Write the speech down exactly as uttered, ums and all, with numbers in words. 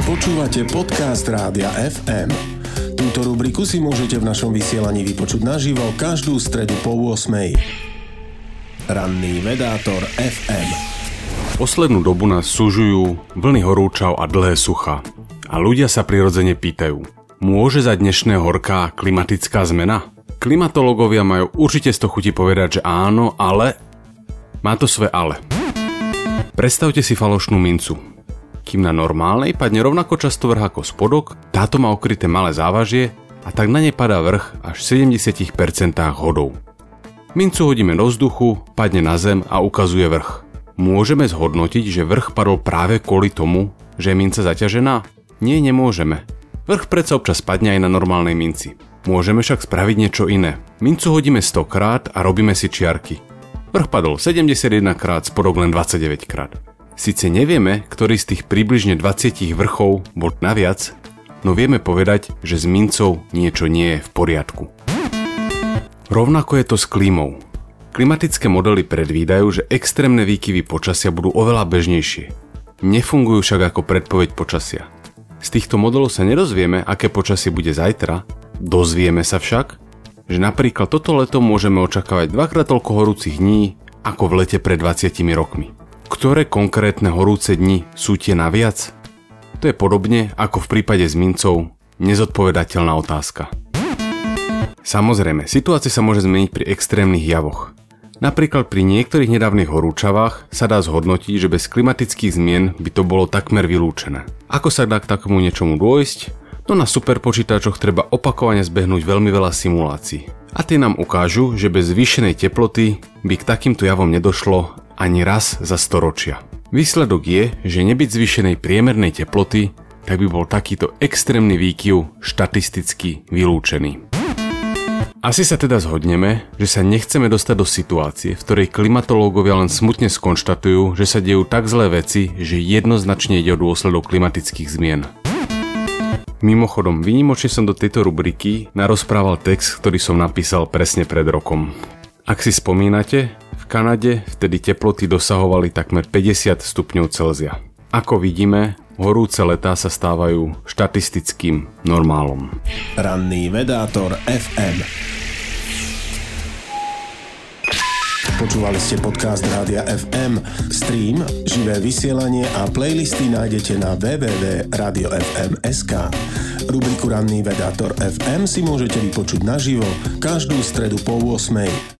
Počúvate podcast Rádia ef em. Túto rubriku si môžete v našom vysielaní vypočuť naživo každú stredu po ôsmej. Ranný vedátor ef em. Poslednú dobu nás súžujú vlny horúčav a dlhé suchá. A ľudia sa prirodzene pýtajú, môže za dnešné horká klimatická zmena? Klimatológovia majú určite sto chuti povedať, že áno, ale má to svoje ale. Predstavte si falošnú mincu. Kým na normálnej padne rovnako často vrch ako spodok, táto má okryté malé závažie a tak na ne padá vrch až v sedemdesiat percent hodou. Mincu hodíme do vzduchu, padne na zem a ukazuje vrch. Môžeme zhodnotiť, že vrch padol práve kvôli tomu, že je minca zaťažená? Nie, nemôžeme. Vrch predsa občas padne aj na normálnej minci. Môžeme však spraviť niečo iné. Mincu hodíme sto krát a robíme si čiarky. Vrch padol sedemdesiatjeden krát, spodok len dvadsaťdeväť krát. Sice nevieme, ktorý z tých približne dvadsať vrchov bol naviac, no vieme povedať, že s mincou niečo nie je v poriadku. Rovnako je to s klímou. Klimatické modely predvídajú, že extrémne výkyvy počasia budú oveľa bežnejšie. Nefungujú však ako predpoveď počasia. Z týchto modelov sa nedozvieme, aké počasie bude zajtra, dozvieme sa však, že napríklad toto leto môžeme očakávať dvakrát toľko horúcich dní ako v lete pred dvadsiatimi rokmi. Ktoré konkrétne horúce dni sú tie naviac? To je podobne ako v prípade s mincou nezodpovedateľná otázka. Samozrejme, situácia sa môže zmeniť pri extrémnych javoch. Napríklad pri niektorých nedávnych horúčavách sa dá zhodnotiť, že bez klimatických zmien by to bolo takmer vylúčené. Ako sa dá k takomu niečomu dôjsť? No na superpočítačoch treba opakovane zbehnúť veľmi veľa simulácií. A tie nám ukážu, že bez zvýšenej teploty by k takýmto javom nedošlo ani raz za storočia. Výsledok je, že nebyť zvýšenej priemernej teploty, tak by bol takýto extrémny výkyv štatisticky vylúčený. Asi sa teda zhodneme, že sa nechceme dostať do situácie, v ktorej klimatológovia len smutne skonštatujú, že sa dejú tak zlé veci, že jednoznačne ide o dôsledok klimatických zmien. Mimochodom, výnimočne som do tejto rubriky narozprával text, ktorý som napísal presne pred rokom. Ak si spomínate, v Kanade vtedy teploty dosahovali takmer päťdesiat stupňov Celzia. Ako vidíme, horúce letá sa stávajú štatistickým normálom. Ranný vedátor ef em. Počúvali ste podcast Rádia ef em. Stream, živé vysielanie a playlisty nájdete na w w w bodka radio ef em bodka es ká. Rubriku Ranný vedátor ef em si môžete vypočuť naživo každú stredu po ôsmej.